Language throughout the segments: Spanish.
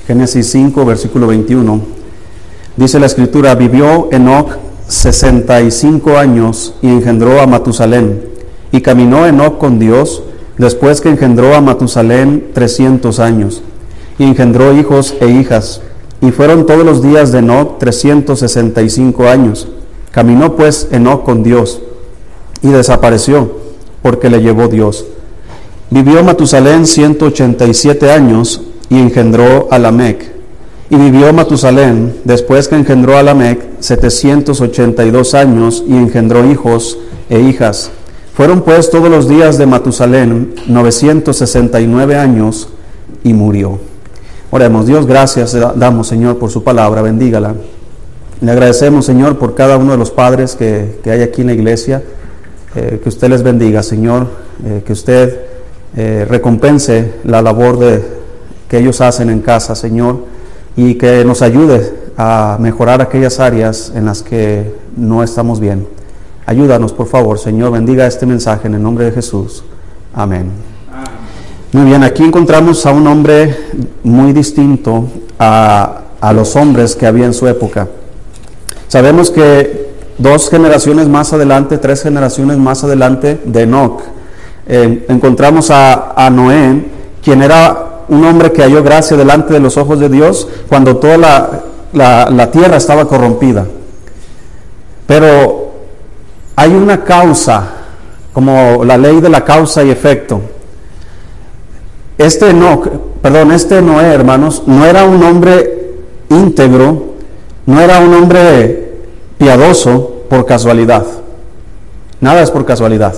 Génesis 5, versículo 21. Dice la Escritura: vivió Enoc 65 años y engendró a Matusalén. Y caminó Enoc con Dios después que engendró a Matusalén 300 años. Y engendró hijos e hijas. Y fueron todos los días de Enoc 365 años. Caminó pues Enoc con Dios y desapareció, porque le llevó Dios. Vivió Matusalén 187 años y engendró a Lamec. Y vivió Matusalén, después que engendró a Lamec, 782 años y engendró hijos e hijas. Fueron pues todos los días de Matusalén 969 años y murió. Oremos. Dios, gracias damos, Señor, por su palabra, bendígala. Le agradecemos, Señor, por cada uno de los padres que hay aquí en la iglesia. Que usted les bendiga, Señor, que usted recompense la labor que ellos hacen en casa, Señor, y que nos ayude a mejorar aquellas áreas en las que no estamos bien. Ayúdanos, por favor, Señor, bendiga este mensaje en el nombre de Jesús. Amén. Muy bien, aquí encontramos a un hombre muy distinto a los hombres que había en su época. Sabemos que 2 generaciones más adelante, 3 generaciones más adelante de Enoc, encontramos a Noé, quien era un hombre que halló gracia delante de los ojos de Dios cuando toda la tierra estaba corrompida. Pero hay una causa, como la ley de la causa y efecto. Este Noé, hermanos, no era un hombre íntegro, no era un hombre piadoso por casualidad. Nada es por casualidad.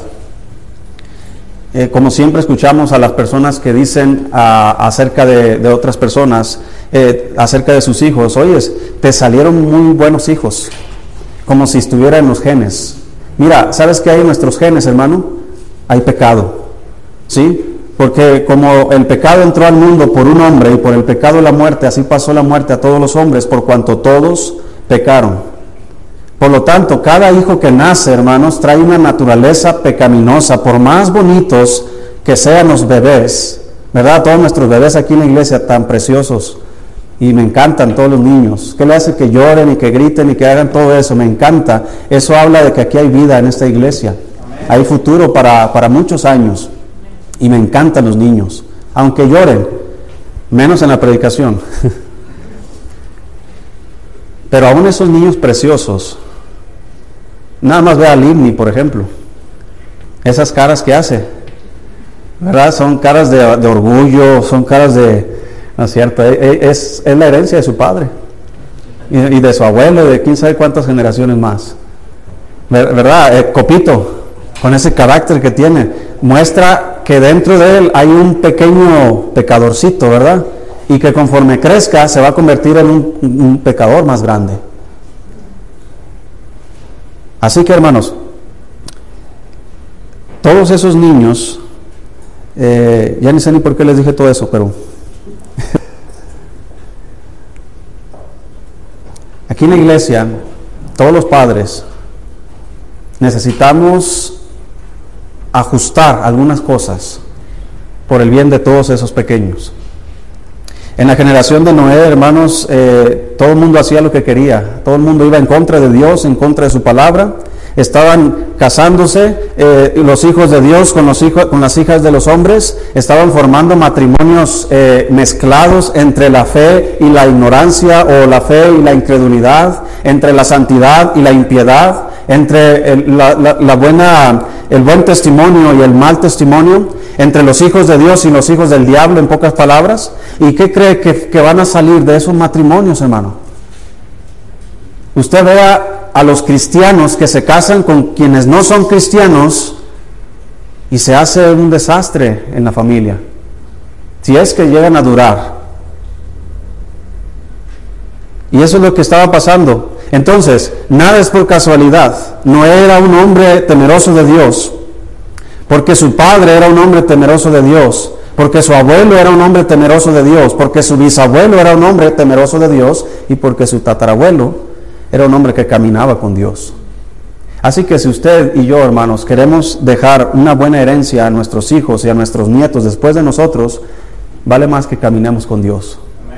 Como siempre escuchamos a las personas que dicen acerca de otras personas, acerca de sus hijos: oye, te salieron muy buenos hijos, como si estuviera en los genes. Mira, ¿sabes qué hay en nuestros genes, hermano? Hay pecado, ¿sí? Porque como el pecado entró al mundo por un hombre y por el pecado la muerte, así pasó la muerte a todos los hombres, por cuanto todos pecaron. Por lo tanto, cada hijo que nace, hermanos, trae una naturaleza pecaminosa. Por más bonitos que sean los bebés, ¿verdad? Todos nuestros bebés aquí en la iglesia tan preciosos, y me encantan todos los niños. ¿Qué le hace que lloren y que griten y que hagan todo eso? Me encanta. Eso habla de que aquí hay vida en esta iglesia. Amén. Hay futuro para muchos años. Y me encantan los niños, aunque lloren, menos en la predicación. Pero aún esos niños preciosos, nada más ve a Livni, por ejemplo, esas caras que hace, ¿verdad? Son caras de orgullo, son caras ¿no es cierto? Es la herencia de su padre y de su abuelo, de quién sabe cuántas generaciones más, ¿verdad? Copito, con ese carácter que tiene, muestra que dentro de él hay un pequeño pecadorcito, ¿verdad? Y que conforme crezca se va a convertir en un pecador más grande. Así que, hermanos, todos esos niños, ya ni sé ni por qué les dije todo eso, pero aquí en la iglesia, todos los padres necesitamos ajustar algunas cosas por el bien de todos esos pequeños. En la generación de Noé, hermanos, todo el mundo hacía lo que quería, todo el mundo iba en contra de Dios, en contra de su palabra. Estaban casándose los hijos de Dios con las hijas de los hombres, estaban formando matrimonios mezclados entre la fe y la ignorancia, o la fe y la incredulidad, entre la santidad y la impiedad, entre el buen testimonio y el mal testimonio, entre los hijos de Dios y los hijos del diablo, en pocas palabras. ¿Y qué cree que van a salir de esos matrimonios, hermano? Usted vea a los cristianos que se casan con quienes no son cristianos y se hace un desastre en la familia, si es que llegan a durar. Y eso es lo que estaba pasando. Entonces, nada es por casualidad. Noé era un hombre temeroso de Dios, porque su padre era un hombre temeroso de Dios, porque su abuelo era un hombre temeroso de Dios, porque su bisabuelo era un hombre temeroso de Dios, y porque su tatarabuelo era un hombre que caminaba con Dios. Así que si usted y yo, hermanos, queremos dejar una buena herencia a nuestros hijos y a nuestros nietos después de nosotros, vale más que caminemos con Dios.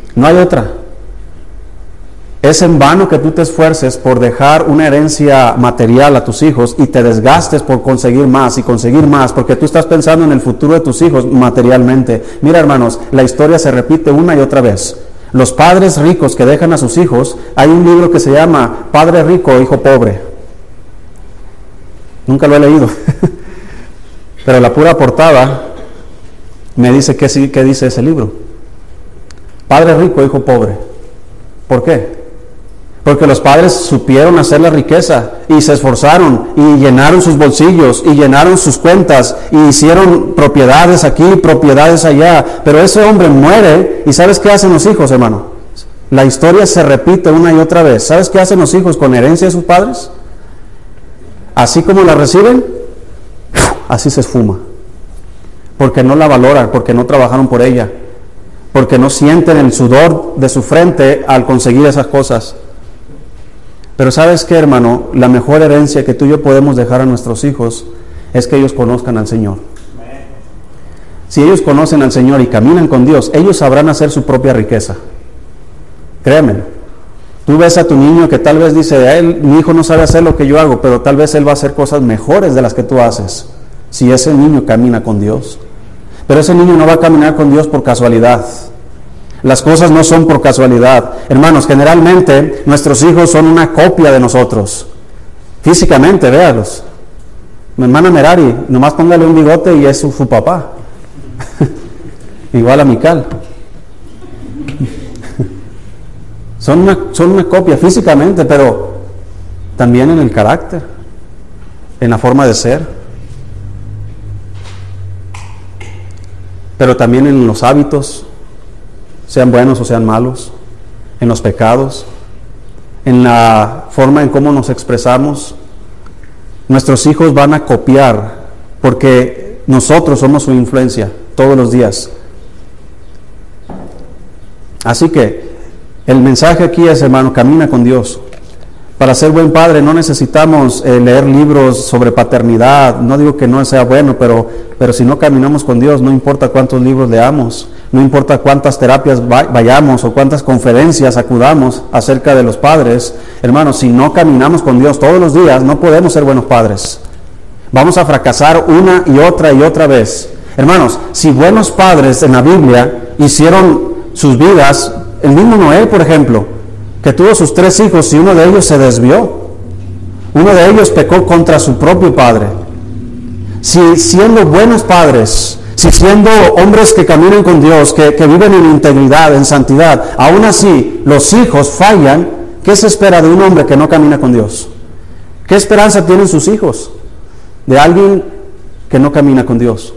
No hay otra. Es en vano que tú te esfuerces por dejar una herencia material a tus hijos y te desgastes por conseguir más y conseguir más, porque tú estás pensando en el futuro de tus hijos materialmente. Mira, hermanos, la historia se repite una y otra vez. Los padres ricos que dejan a sus hijos, hay un libro que se llama Padre Rico, Hijo Pobre. Nunca lo he leído, pero la pura portada me dice qué dice ese libro. Padre Rico, Hijo Pobre. ¿Por qué? Porque los padres supieron hacer la riqueza y se esforzaron y llenaron sus bolsillos y llenaron sus cuentas y hicieron propiedades aquí, propiedades allá. Pero ese hombre muere y ¿sabes qué hacen los hijos, hermano? La historia se repite una y otra vez. ¿Sabes qué hacen los hijos con herencia de sus padres? Así como la reciben, así se esfuma. Porque no la valoran, porque no trabajaron por ella, porque no sienten el sudor de su frente al conseguir esas cosas. Pero ¿sabes qué, hermano? La mejor herencia que tú y yo podemos dejar a nuestros hijos es que ellos conozcan al Señor. Si ellos conocen al Señor y caminan con Dios, ellos sabrán hacer su propia riqueza. Créeme. Tú ves a tu niño que tal vez dice, mi hijo no sabe hacer lo que yo hago, pero tal vez él va a hacer cosas mejores de las que tú haces, si ese niño camina con Dios. Pero ese niño no va a caminar con Dios por casualidad. Las cosas no son por casualidad. Hermanos, generalmente nuestros hijos son una copia de nosotros. Físicamente, véalos. Mi hermana Merari, nomás póngale un bigote y es su papá. Igual a Mical. Son una copia físicamente, pero también en el carácter, en la forma de ser, pero también en los hábitos, sean buenos o sean malos, en los pecados, en la forma en cómo nos expresamos. Nuestros hijos van a copiar, porque nosotros somos su influencia todos los días. Así que el mensaje aquí es, hermano, camina con Dios. Para ser buen padre no necesitamos leer libros sobre paternidad. No digo que no sea bueno, pero si no caminamos con Dios, no importa cuántos libros leamos, no importa cuántas terapias vayamos o cuántas conferencias acudamos acerca de los padres. Hermanos, si no caminamos con Dios todos los días, no podemos ser buenos padres. Vamos a fracasar una y otra vez. Hermanos, si buenos padres en la Biblia hicieron sus vidas, el mismo Noé, por ejemplo, que tuvo sus 3 hijos y uno de ellos se desvió. Uno de ellos pecó contra su propio padre. Si siendo buenos padres, si siendo hombres que caminan con Dios, que viven en integridad, en santidad, aún así los hijos fallan, ¿qué se espera de un hombre que no camina con Dios? ¿Qué esperanza tienen sus hijos de alguien que no camina con Dios?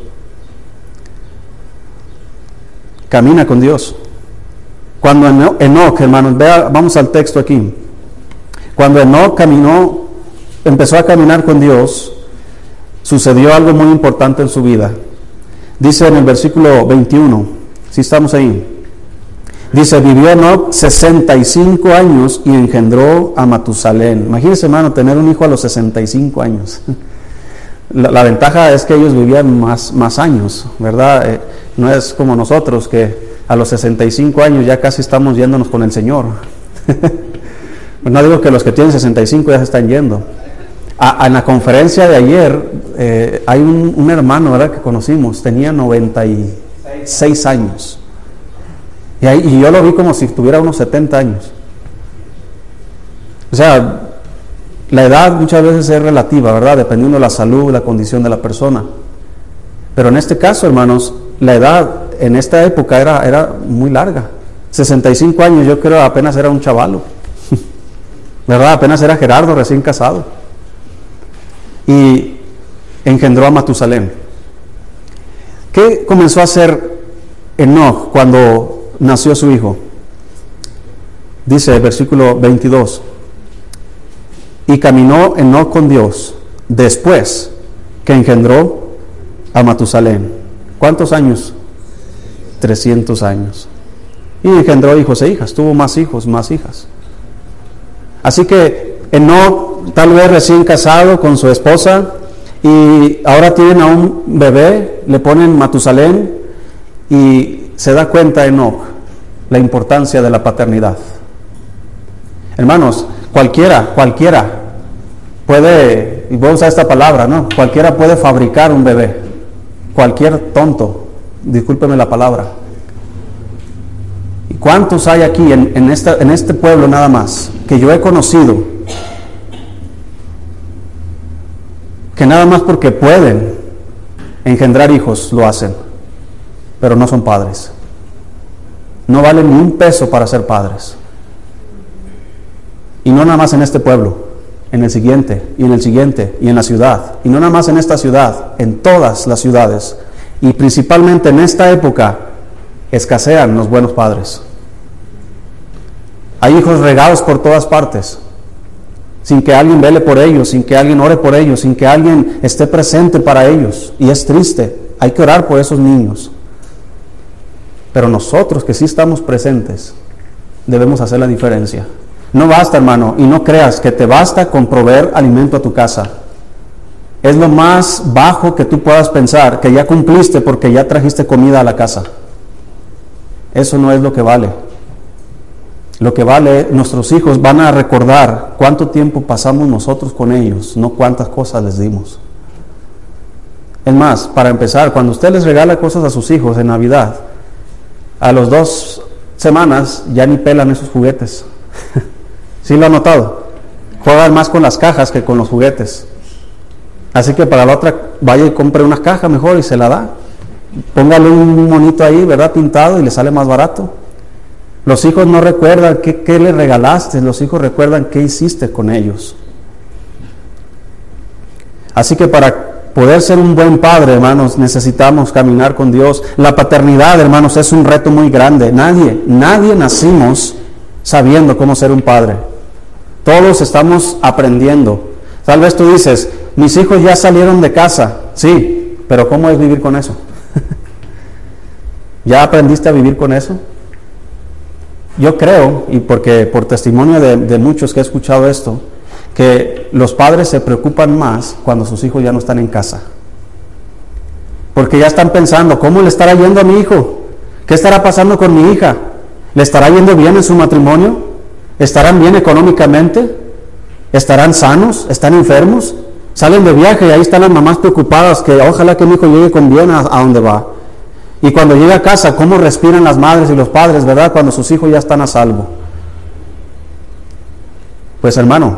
Camina con Dios. Cuando Enoc, hermanos, vamos al texto aquí. Cuando Enoc empezó a caminar con Dios, sucedió algo muy importante en su vida. Dice en el versículo 21, si estamos ahí, dice, vivió Enoc 65 años y engendró a Matusalén. Imagínense, hermano, tener un hijo a los 65 años. La ventaja es que ellos vivían más años, ¿verdad? No es como nosotros que a los 65 años ya casi estamos yéndonos con el Señor. Pues no digo que los que tienen 65 ya se están yendo. En la conferencia de ayer hay un hermano, ¿verdad?, que conocimos, tenía 96 años. Y yo lo vi como si tuviera unos 70 años. O sea, la edad muchas veces es relativa, ¿verdad?, dependiendo de la salud, la condición de la persona. Pero en este caso, hermanos, la edad en esta época era muy larga. 65 años, yo creo apenas era un chavalo. ¿Verdad? Apenas era Gerardo, recién casado. Y engendró a Matusalén. ¿Qué comenzó a hacer Enoc cuando nació su hijo? Dice el versículo 22. Y caminó Enoc con Dios después que engendró a Matusalén. ¿Cuántos años? 300 años. Y engendró hijos e hijas, tuvo más hijos, más hijas. Así que Enoc, tal vez recién casado con su esposa, y ahora tienen a un bebé, le ponen Matusalén, y se da cuenta Enoc la importancia de la paternidad. Hermanos, cualquiera puede, y voy a usar esta palabra, ¿no? Cualquiera puede fabricar un bebé. Cualquier tonto, discúlpeme la palabra. ¿Y cuántos hay aquí en este pueblo nada más que yo he conocido que nada más porque pueden engendrar hijos lo hacen, pero no son padres? No valen ni un peso para ser padres. Y no nada más en este pueblo, en el siguiente, y en el siguiente, y en la ciudad. Y no nada más en esta ciudad, en todas las ciudades. Y principalmente en esta época, escasean los buenos padres. Hay hijos regados por todas partes, sin que alguien vele por ellos, sin que alguien ore por ellos, sin que alguien esté presente para ellos. Y es triste, hay que orar por esos niños. Pero nosotros que sí estamos presentes, debemos hacer la diferencia. No basta, hermano, y no creas que te basta con proveer alimento a tu casa. Es lo más bajo que tú puedas pensar, que ya cumpliste porque ya trajiste comida a la casa. Eso no es lo que vale. Lo que vale, nuestros hijos van a recordar cuánto tiempo pasamos nosotros con ellos, no cuántas cosas les dimos. Es más, para empezar, cuando usted les regala cosas a sus hijos en Navidad, a las 2 semanas ya ni pelan esos juguetes. ¿Sí lo ha notado? Juegan más con las cajas que con los juguetes. Así que para la otra, vaya y compre una caja mejor y se la da. Póngale un monito ahí, ¿verdad? Pintado, y le sale más barato. Los hijos no recuerdan qué le regalaste, los hijos recuerdan qué hiciste con ellos. Así que para poder ser un buen padre, hermanos, necesitamos caminar con Dios. La paternidad, hermanos, es un reto muy grande. Nadie nacimos sabiendo cómo ser un padre. Todos estamos aprendiendo. Tal vez tú dices, mis hijos ya salieron de casa. Sí, pero ¿cómo es vivir con eso? ¿Ya aprendiste a vivir con eso? Yo creo, y porque por testimonio de muchos que he escuchado esto, que los padres se preocupan más cuando sus hijos ya no están en casa. Porque ya están pensando, ¿cómo le estará yendo a mi hijo? ¿Qué estará pasando con mi hija? ¿Le estará yendo bien en su matrimonio? ¿Estarán bien económicamente? ¿Estarán sanos? ¿Están enfermos? Salen de viaje y ahí están las mamás preocupadas que ojalá que mi hijo llegue con bien a donde va. Y cuando llega a casa, ¿cómo respiran las madres y los padres, verdad? Cuando sus hijos ya están a salvo. Pues hermano,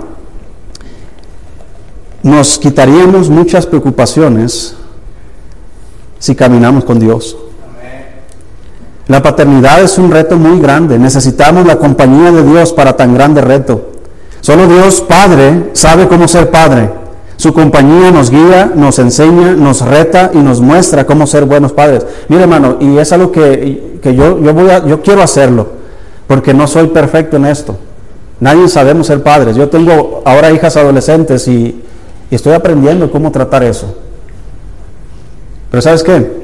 nos quitaríamos muchas preocupaciones si caminamos con Dios. La paternidad es un reto muy grande. Necesitamos la compañía de Dios para tan grande reto. Solo Dios Padre sabe cómo ser padre. Su compañía nos guía, nos enseña, nos reta y nos muestra cómo ser buenos padres. Mire, hermano, y es algo que yo quiero hacerlo, porque no soy perfecto en esto. Nadie sabemos ser padres. Yo tengo ahora hijas adolescentes y estoy aprendiendo cómo tratar eso. Pero ¿sabes qué?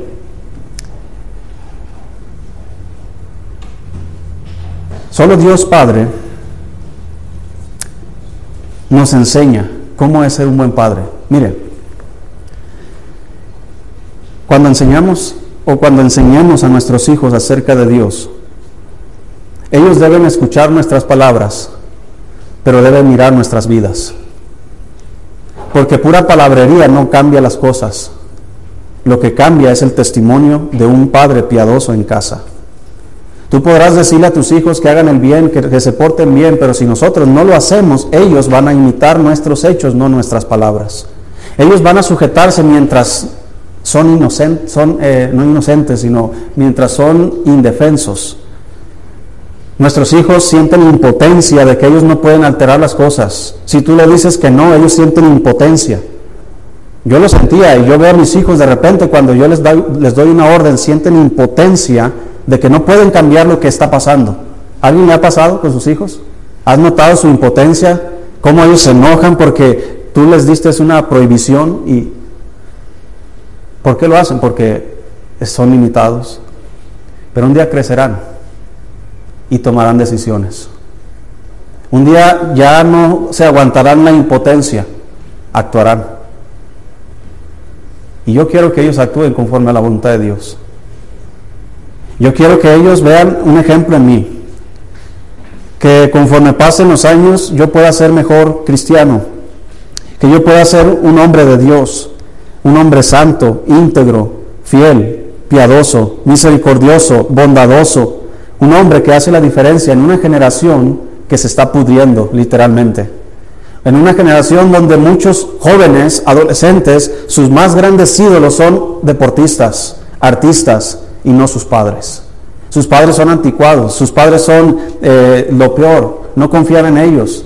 Solo Dios Padre nos enseña cómo es ser un buen padre. Mire, cuando enseñamos o cuando enseñemos a nuestros hijos acerca de Dios, ellos deben escuchar nuestras palabras, pero deben mirar nuestras vidas. Porque pura palabrería no cambia las cosas. Lo que cambia es el testimonio de un padre piadoso en casa. Tú podrás decirle a tus hijos que hagan el bien, que se porten bien, pero si nosotros no lo hacemos, ellos van a imitar nuestros hechos, no nuestras palabras. Ellos van a sujetarse mientras son inocentes, no inocentes, sino mientras son indefensos. Nuestros hijos sienten impotencia de que ellos no pueden alterar las cosas. Si tú le dices que no, ellos sienten impotencia. Yo lo sentía y yo veo a mis hijos de repente cuando yo les doy una orden, sienten impotencia de que no pueden cambiar lo que está pasando. ¿Alguien le ha pasado con sus hijos? ¿Has notado su impotencia? ¿Cómo ellos se enojan porque tú les diste una prohibición? ¿Y por qué lo hacen? Porque son limitados. Pero un día crecerán y tomarán decisiones. Un día ya no se aguantarán la impotencia, actuarán. Y yo quiero que ellos actúen conforme a la voluntad de Dios. Yo quiero que ellos vean un ejemplo en mí, que conforme pasen los años yo pueda ser mejor cristiano, que yo pueda ser un hombre de Dios, un hombre santo, íntegro, fiel, piadoso, misericordioso, bondadoso, un hombre que hace la diferencia en una generación que se está pudriendo literalmente, en una generación donde muchos jóvenes, adolescentes, sus más grandes ídolos son deportistas, artistas y no sus padres. Sus padres son anticuados, sus padres son lo peor, no confían en ellos.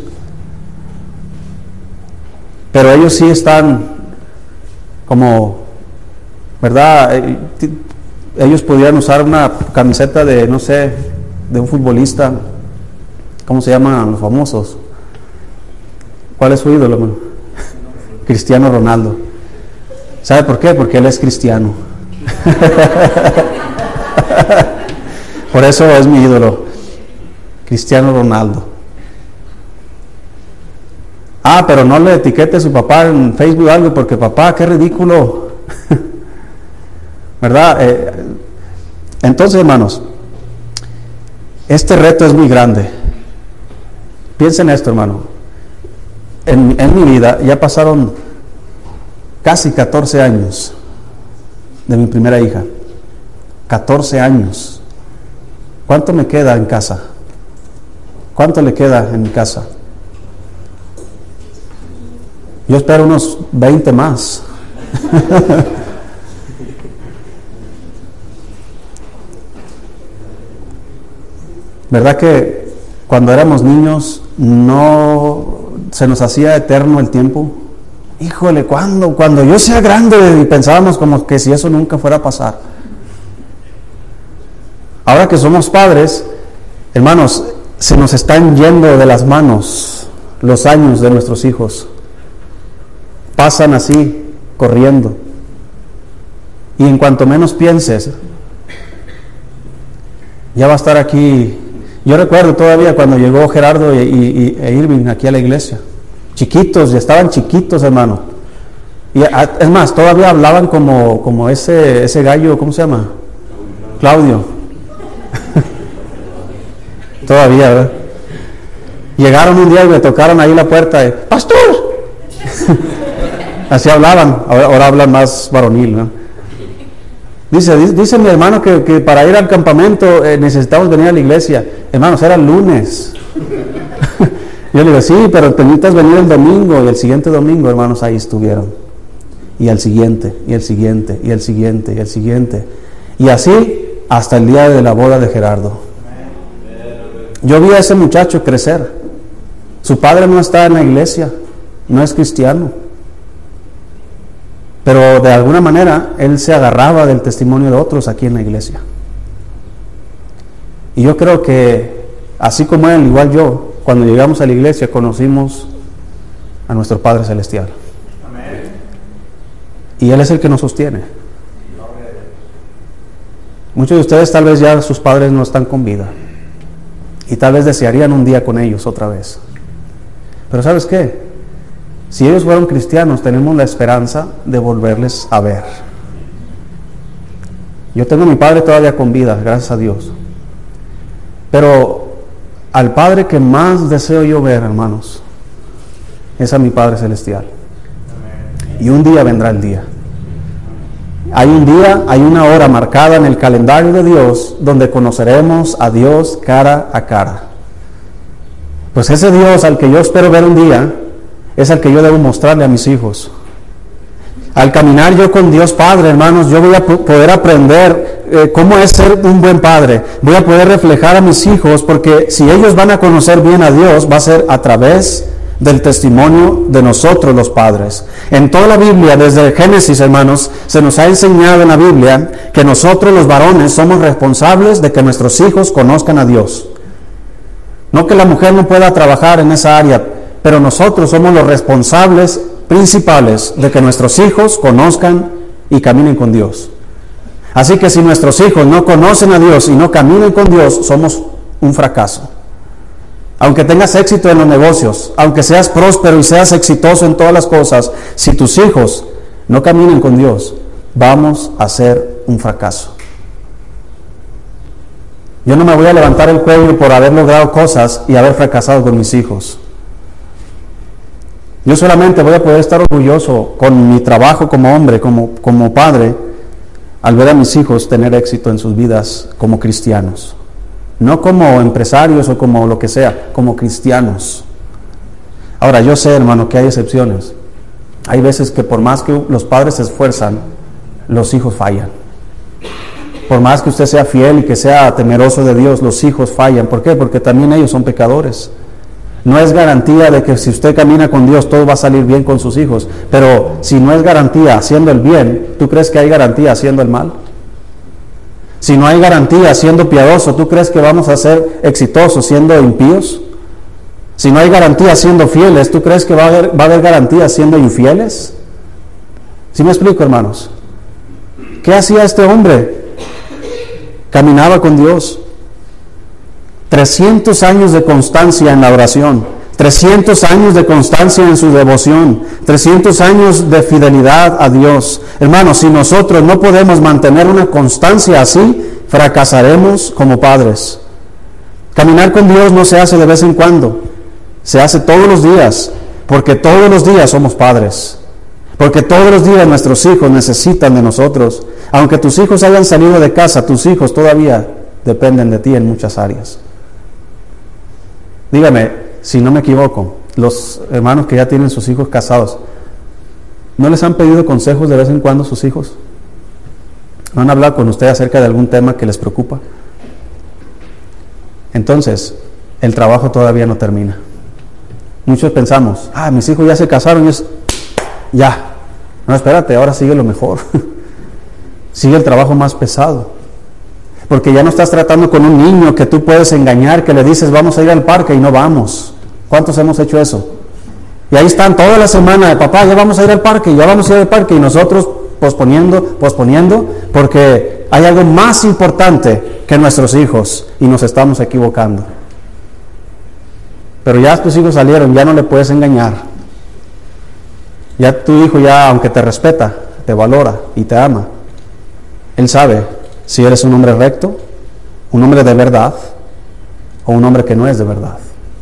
Pero ellos sí están como, ¿verdad? Ellos pudieran usar una camiseta de, no sé, de un futbolista. ¿Cómo se llaman los famosos? ¿Cuál es su ídolo, hermano? Cristiano Ronaldo. ¿Sabe por qué? Porque él es cristiano. Por eso es mi ídolo, Cristiano Ronaldo. Pero no le etiquete a su papá en Facebook algo, porque papá, qué ridículo. ¿Verdad? Entonces, hermanos, este reto es muy grande. Piensen esto, hermano. En mi vida ya pasaron casi 14 años de mi primera hija. 14 años. ¿Cuánto me queda en casa? ¿Cuánto le queda en mi casa? Yo espero unos 20 más. ¿Verdad que cuando éramos niños no se nos hacía eterno el tiempo? Híjole, cuando yo sea grande, y pensábamos como que si eso nunca fuera a pasar. Ahora que somos padres, hermanos, se nos están yendo de las manos los años de nuestros hijos. Pasan así, corriendo. Y en cuanto menos pienses, ya va a estar aquí. Yo recuerdo todavía cuando llegó Gerardo e Irving aquí a la iglesia. Chiquitos, ya estaban chiquitos, hermano. Y es más, todavía hablaban como ese gallo, ¿cómo se llama? Claudio. Todavía, ¿verdad? Llegaron un día y me tocaron ahí la puerta. ¡Pastor! Así hablaban, ahora hablan más varonil, ¿no? Dice mi hermano que para ir al campamento necesitamos venir a la iglesia. Hermanos, era el lunes. Yo le digo, sí, pero necesitas venir el domingo. Y el siguiente domingo, hermanos, ahí estuvieron. Y el siguiente, y el siguiente, y el siguiente, y el siguiente. Y así hasta el día de la boda de Gerardo. Yo vi a ese muchacho crecer. Su padre no está en la iglesia, no es cristiano. Pero de alguna manera él se agarraba del testimonio de otros aquí en la iglesia. Y yo creo que así como él, igual yo, cuando llegamos a la iglesia conocimos a nuestro Padre Celestial. Amén. Y Él es el que nos sostiene. Muchos de ustedes tal vez ya sus padres no están con vida y tal vez desearían un día con ellos otra vez. Pero ¿sabes qué? Si ellos fueron cristianos, tenemos la esperanza de volverles a ver. Yo tengo a mi padre todavía con vida, gracias a Dios. Pero al Padre que más deseo yo ver, hermanos, es a mi Padre Celestial. Y un día vendrá el día. Hay un día, hay una hora marcada en el calendario de Dios donde conoceremos a Dios cara a cara. Pues ese Dios al que yo espero ver un día es al que yo debo mostrarle a mis hijos. Al caminar yo con Dios Padre, hermanos, yo voy a poder aprender cómo es ser un buen padre. Voy a poder reflejar a mis hijos, porque si ellos van a conocer bien a Dios, va a ser a través del testimonio de nosotros los padres. En toda la Biblia, desde Génesis, hermanos, se nos ha enseñado en la Biblia que nosotros los varones somos responsables de que nuestros hijos conozcan a Dios. No que la mujer no pueda trabajar en esa área, pero nosotros somos los responsables principales de que nuestros hijos conozcan y caminen con Dios. Así que si nuestros hijos no conocen a Dios y no caminan con Dios, somos un fracaso. Aunque tengas éxito en los negocios, aunque seas próspero y seas exitoso en todas las cosas, si tus hijos no caminan con Dios, vamos a ser un fracaso. Yo no me voy a levantar el cuello por haber logrado cosas y haber fracasado con mis hijos. Yo solamente voy a poder estar orgulloso con mi trabajo como hombre, como padre, al ver a mis hijos tener éxito en sus vidas como cristianos. No como empresarios o como lo que sea, como cristianos. Ahora, yo sé, hermano, que hay excepciones. Hay veces que por más que los padres se esfuerzan, los hijos fallan. Por más que usted sea fiel y que sea temeroso de Dios, los hijos fallan. ¿Por qué? Porque también ellos son pecadores. No es garantía de que si usted camina con Dios todo va a salir bien con sus hijos. Pero si no es garantía haciendo el bien, ¿tú crees que hay garantía haciendo el mal? Si no hay garantía siendo piadoso, ¿tú crees que vamos a ser exitosos siendo impíos? Si no hay garantía siendo fieles, ¿tú crees que va a haber garantía siendo infieles? ¿Sí me explico, hermanos? ¿Qué hacía este hombre? Caminaba con Dios. 300 años de constancia en la oración, 300 años de constancia en su devoción, 300 años de fidelidad a Dios. Hermanos, si nosotros no podemos mantener una constancia así, fracasaremos como padres. Caminar con Dios no se hace de vez en cuando, se hace todos los días, porque todos los días somos padres, porque todos los días nuestros hijos necesitan de nosotros. Aunque tus hijos hayan salido de casa, tus hijos todavía dependen de ti en muchas áreas. Dígame, si no me equivoco, los hermanos que ya tienen sus hijos casados, ¿no les han pedido consejos de vez en cuando sus hijos? ¿No han hablado con usted acerca de algún tema que les preocupa? Entonces, el trabajo todavía no termina. Muchos pensamos, mis hijos ya se casaron y ya. No, espérate, ahora sigue lo mejor. Sigue el trabajo más pesado. Porque ya no estás tratando con un niño que tú puedes engañar, que le dices vamos a ir al parque y no vamos. ¿Cuántos hemos hecho eso? Y ahí están toda la semana de papá, ya vamos a ir al parque, ya vamos a ir al parque, y nosotros posponiendo, porque hay algo más importante que nuestros hijos y nos estamos equivocando. Pero ya tus hijos salieron, ya no le puedes engañar. Ya tu hijo, ya aunque te respeta, te valora y te ama, él sabe si eres un hombre recto, un hombre de verdad o un hombre que no es de verdad.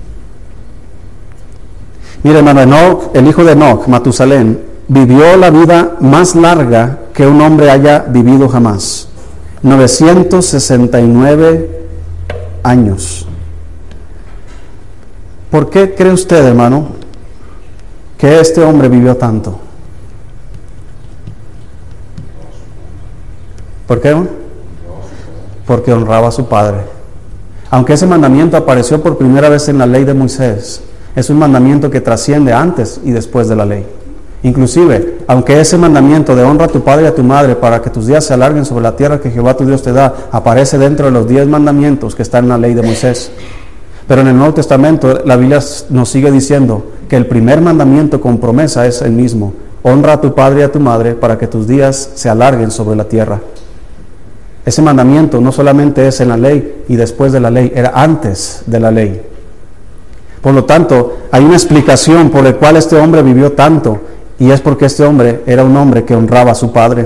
Mire, hermano, Enoc, el hijo de Enoc, Matusalén, vivió la vida más larga que un hombre haya vivido jamás. 969 años. ¿Por qué cree usted, hermano, que este hombre vivió tanto? ¿Por qué? Porque honraba a su padre. Aunque ese mandamiento apareció por primera vez en la ley de Moisés, es un mandamiento que trasciende antes y después de la ley. Inclusive, aunque ese mandamiento de honra a tu padre y a tu madre para que tus días se alarguen sobre la tierra que Jehová tu Dios te da, aparece dentro de los 10 mandamientos que están en la ley de Moisés. Pero en el Nuevo Testamento la Biblia nos sigue diciendo que el primer mandamiento con promesa es el mismo: honra a tu padre y a tu madre para que tus días se alarguen sobre la tierra. Ese mandamiento no solamente es en la ley y después de la ley, era antes de la ley. Por lo tanto, hay una explicación por la cual este hombre vivió tanto, y es porque este hombre era un hombre que honraba a su padre.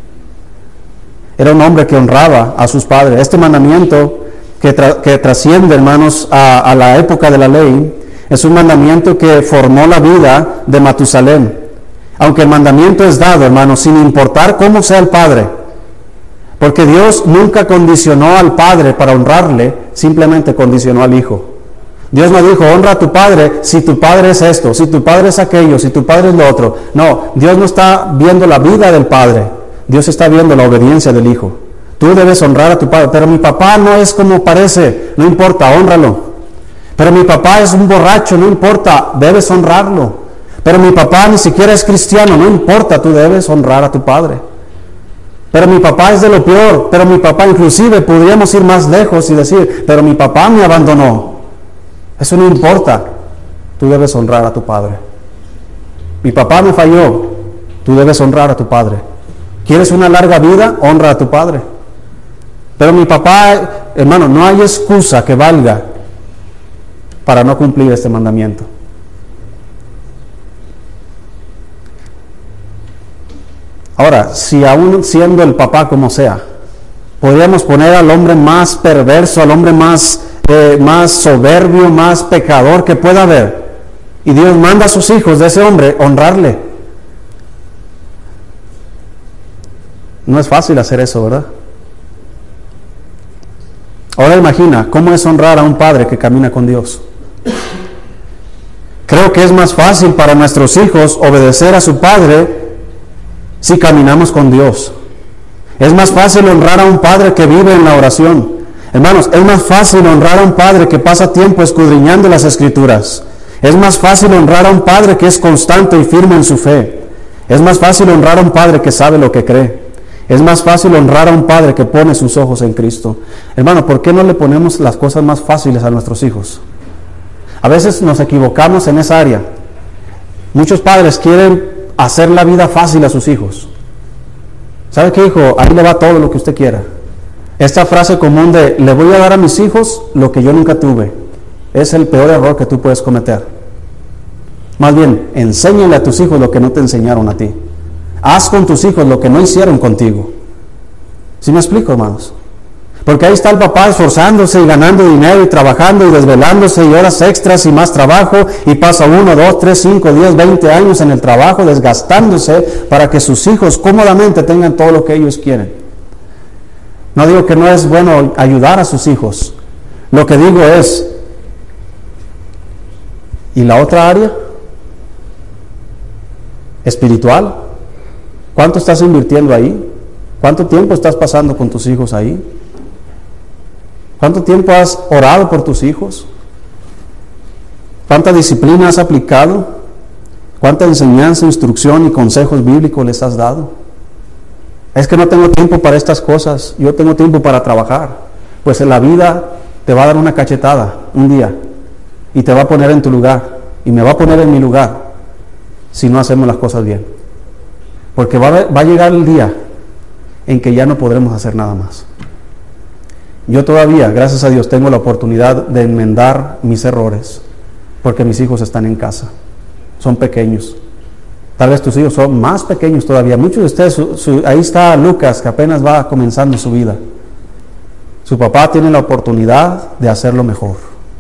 Era un hombre que honraba a sus padres. Este mandamiento que trasciende, hermanos, a la época de la ley, es un mandamiento que formó la vida de Matusalén. Aunque el mandamiento es dado, hermanos, sin importar cómo sea el padre. Porque Dios nunca condicionó al padre para honrarle, simplemente condicionó al hijo. Dios no dijo, honra a tu padre si tu padre es esto, si tu padre es aquello, si tu padre es lo otro. No, Dios no está viendo la vida del padre, Dios está viendo la obediencia del hijo. Tú debes honrar a tu padre, pero mi papá no es como parece, no importa, hónralo. Pero mi papá es un borracho, no importa, debes honrarlo. Pero mi papá ni siquiera es cristiano, no importa, tú debes honrar a tu padre. Pero mi papá es de lo peor, pero mi papá, inclusive podríamos ir más lejos y decir, pero mi papá me abandonó. Eso no importa, tú debes honrar a tu padre. Mi papá me falló, tú debes honrar a tu padre. ¿Quieres una larga vida? Honra a tu padre. Pero mi papá, hermano, no hay excusa que valga para no cumplir este mandamiento. Ahora, si aún siendo el papá como sea, Podríamos poner al hombre más perverso, al hombre más soberbio, más pecador que pueda haber. Y Dios manda a sus hijos de ese hombre honrarle. No es fácil hacer eso, ¿verdad? Ahora imagina, ¿cómo es honrar a un padre que camina con Dios? Creo que es más fácil para nuestros hijos obedecer a su padre si caminamos con Dios. Es más fácil honrar a un padre que vive en la oración. Hermanos, es más fácil honrar a un padre que pasa tiempo escudriñando las Escrituras. Es más fácil honrar a un padre que es constante y firme en su fe. Es más fácil honrar a un padre que sabe lo que cree. Es más fácil honrar a un padre que pone sus ojos en Cristo. Hermano, ¿por qué no le ponemos las cosas más fáciles a nuestros hijos? A veces nos equivocamos en esa área. Muchos padres quieren hacer la vida fácil a sus hijos. ¿Sabe qué, hijo? Ahí le va todo lo que usted quiera. Esta frase común de le voy a dar a mis hijos lo que yo nunca tuve es el peor error que tú puedes cometer. Más bien, enséñale a tus hijos lo que no te enseñaron a ti. Haz con tus hijos lo que no hicieron contigo. ¿Sí me explico, hermanos? Porque ahí está el papá esforzándose y ganando dinero y trabajando y desvelándose y horas extras y más trabajo, y pasa 1, 2, 3, 5, 10, 20 años en el trabajo desgastándose para que sus hijos cómodamente tengan todo lo que ellos quieren. No digo que no es bueno ayudar a sus hijos. Lo que digo es, ¿y la otra área? ¿Espiritual? ¿Cuánto estás invirtiendo ahí? ¿Cuánto tiempo estás pasando con tus hijos ahí? ¿Cuánto tiempo has orado por tus hijos? ¿Cuánta disciplina has aplicado? ¿Cuánta enseñanza, instrucción y consejos bíblicos les has dado? Es que no tengo tiempo para estas cosas, yo tengo tiempo para trabajar. Pues en la vida te va a dar una cachetada un día y te va a poner en tu lugar y me va a poner en mi lugar si no hacemos las cosas bien. Porque va a llegar el día en que ya no podremos hacer nada más. Yo todavía, gracias a Dios, tengo la oportunidad de enmendar mis errores, porque mis hijos están en casa, son pequeños. Tal vez tus hijos son más pequeños todavía. Muchos de ustedes, ahí está Lucas, que apenas va comenzando su vida. Su papá tiene la oportunidad de hacerlo mejor.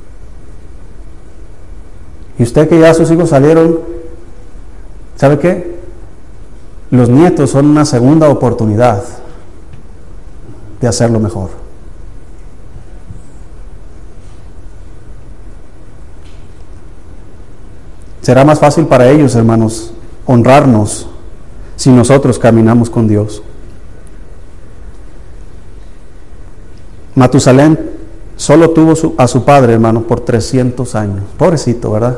Y usted que ya sus hijos salieron, ¿sabe qué? Los nietos son una segunda oportunidad de hacerlo mejor. Será más fácil para ellos, hermanos, honrarnos si nosotros caminamos con Dios. Matusalén solo tuvo a su padre, hermano, por 300 años. Pobrecito, ¿verdad?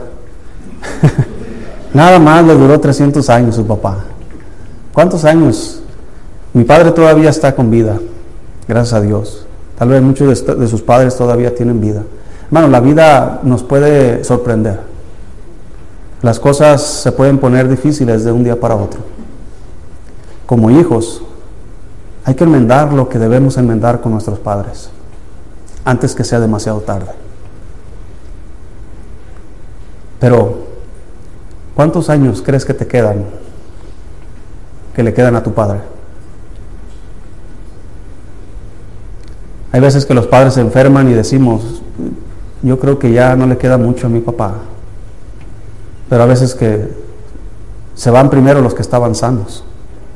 Nada más le duró 300 años su papá. ¿Cuántos años? Mi padre todavía está con vida, gracias a Dios. Tal vez muchos de sus padres todavía tienen vida. Hermano, la vida nos puede sorprender. Las cosas se pueden poner difíciles de un día para otro. Como hijos, hay que enmendar lo que debemos enmendar con nuestros padres, antes que sea demasiado tarde. Pero, ¿cuántos años crees que te quedan, que le quedan a tu padre? Hay veces que los padres se enferman y decimos, yo creo que ya no le queda mucho a mi papá. Pero a veces que se van primero los que estaban sanos.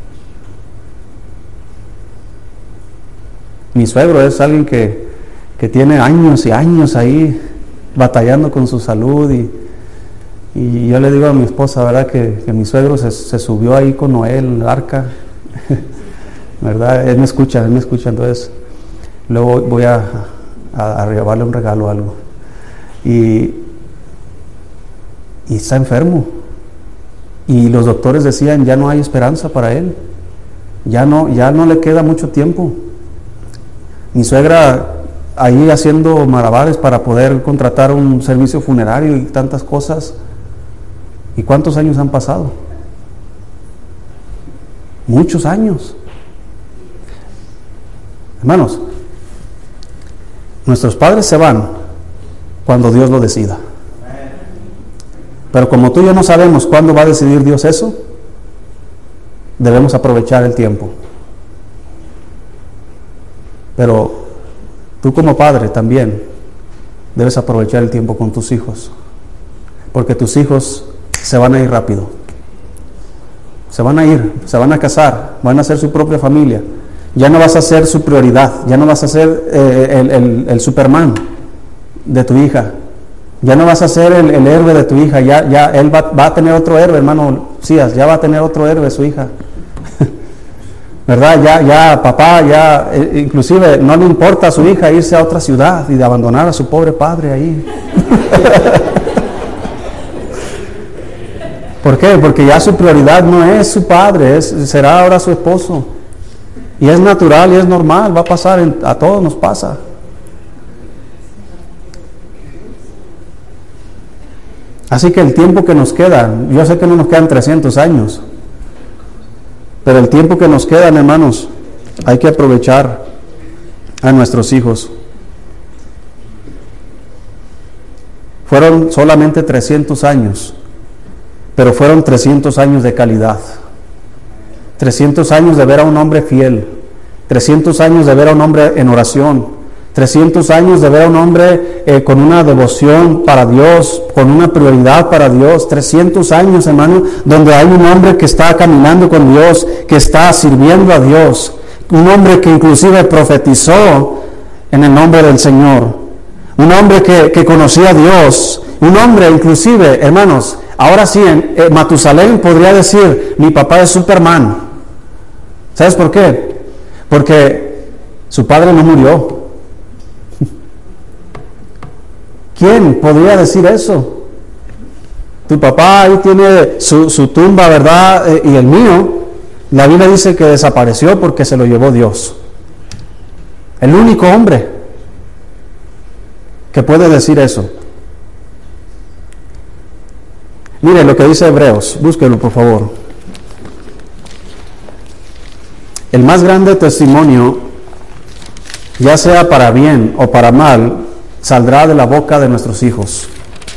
Mi suegro es alguien que tiene años y años ahí batallando con su salud, y yo le digo a mi esposa, ¿verdad? Que mi suegro se subió ahí con Noé en el arca, ¿verdad? Él me escucha, entonces luego voy a llevarle un regalo o algo. Y está enfermo. Y los doctores decían, ya no hay esperanza para él. Ya no le queda mucho tiempo. Mi suegra ahí haciendo malabares para poder contratar un servicio funerario y tantas cosas. ¿Y cuántos años han pasado? Muchos años. Hermanos, nuestros padres se van cuando Dios lo decida. Pero como tú y yo no sabemos cuándo va a decidir Dios eso, debemos aprovechar el tiempo. Pero tú como padre también debes aprovechar el tiempo con tus hijos, porque tus hijos se van a ir rápido. Se van a ir, se van a casar, van a hacer su propia familia. Ya no vas a ser su prioridad, ya no vas a ser el Superman de tu hija, ya no vas a ser el héroe de tu hija, ya él va a tener otro héroe, hermano Cías, ya va a tener otro héroe su hija. ¿Verdad? Ya papá, inclusive no le importa a su hija irse a otra ciudad y de abandonar a su pobre padre ahí. ¿Por qué? Porque ya su prioridad no es su padre, será ahora su esposo. Y es natural y es normal, va a pasar, a todos nos pasa. Así que el tiempo que nos queda, yo sé que no nos quedan 300 años, pero el tiempo que nos queda, hermanos, hay que aprovechar a nuestros hijos. Fueron solamente 300 años, pero fueron 300 años de calidad. 300 años de ver a un hombre fiel, 300 años de ver a un hombre en oración, 300 años de ver a un hombre con una devoción para Dios, con una prioridad para Dios, 300 años, hermano, donde hay un hombre que está caminando con Dios, que está sirviendo a Dios, un hombre que inclusive profetizó en el nombre del Señor, un hombre que conocía a Dios, un hombre inclusive, hermanos, ahora sí, Matusalén podría decir, mi papá es Superman. ¿Sabes por qué? Porque su padre no murió. ¿Quién podría decir eso? Tu papá ahí tiene su tumba, ¿verdad? Y el mío, la Biblia dice que desapareció porque se lo llevó Dios. El único hombre que puede decir eso. Mire lo que dice Hebreos, búsquelo por favor. El más grande testimonio, ya sea para bien o para mal, saldrá de la boca de nuestros hijos.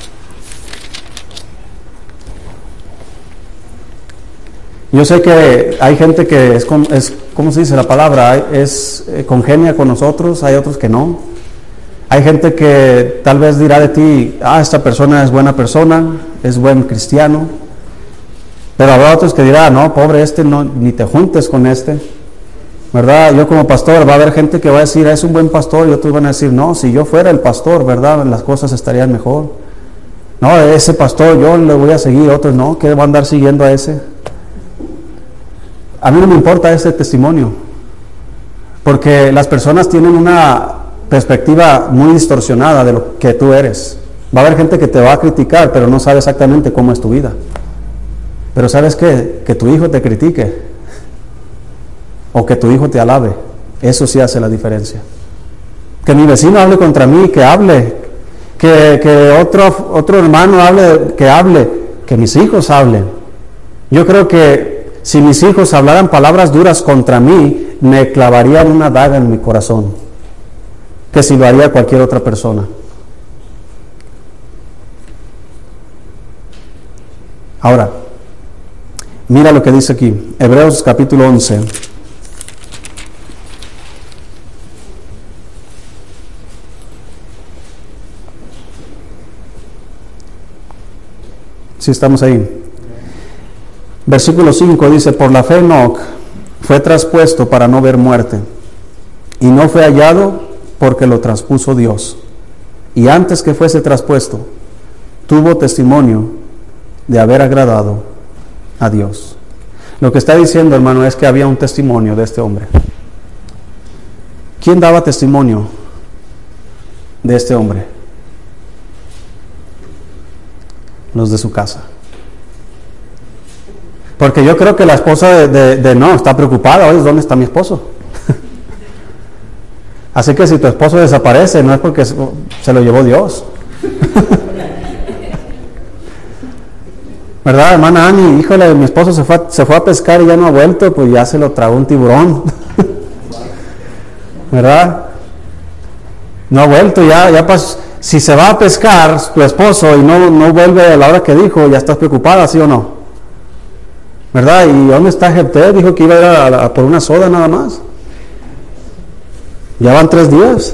Yo sé que hay gente que ¿cómo se dice la palabra? Congenia con nosotros, hay otros que no. Hay gente que tal vez dirá de ti, esta persona es buena persona, es buen cristiano. Pero habrá otros que dirán, no, pobre no, ni te juntes con ¿verdad? Yo como pastor, va a haber gente que va a decir, es un buen pastor, y otros van a decir, no, si yo fuera el pastor, ¿verdad? Las cosas estarían mejor. No, ese pastor yo le voy a seguir, otros no, que va a andar siguiendo a ese. A mí no me importa ese testimonio, porque las personas tienen una perspectiva muy distorsionada de lo que tú eres. Va a haber gente que te va a criticar, pero no sabe exactamente cómo es tu vida. Pero ¿sabes qué? Que tu hijo te critique o que tu hijo te alabe, eso sí hace la diferencia. Que mi vecino hable contra mí, que hable, que otro hermano hable, que mis hijos hablen. Yo creo que si mis hijos hablaran palabras duras contra mí, me clavarían una daga en mi corazón, que si lo haría cualquier otra persona. Ahora, mira lo que dice aquí, Hebreos capítulo 11. Si estamos ahí. Versículo 5 dice, por la fe Enoc fue traspuesto para no ver muerte, y no fue hallado porque lo traspuso Dios. Y antes que fuese traspuesto, tuvo testimonio de haber agradado a Dios. Lo que está diciendo, hermano, es que había un testimonio de este hombre. ¿Quién daba testimonio de este hombre? Los de su casa. Porque yo creo que la esposa de no está preocupada. Oye, ¿dónde está mi esposo? Así que si tu esposo desaparece, no es porque se lo llevó Dios. ¿Verdad, hermana Ani? Híjole, mi esposo se fue a pescar y ya no ha vuelto, pues ya se lo tragó un tiburón. ¿Verdad? No ha vuelto, ya pasó. Si se va a pescar tu esposo y no vuelve a la hora que dijo, ya estás preocupada, ¿sí o no? ¿Verdad? ¿Y dónde está Jefté? Dijo que iba a ir a por una soda nada más. Ya van 3 días.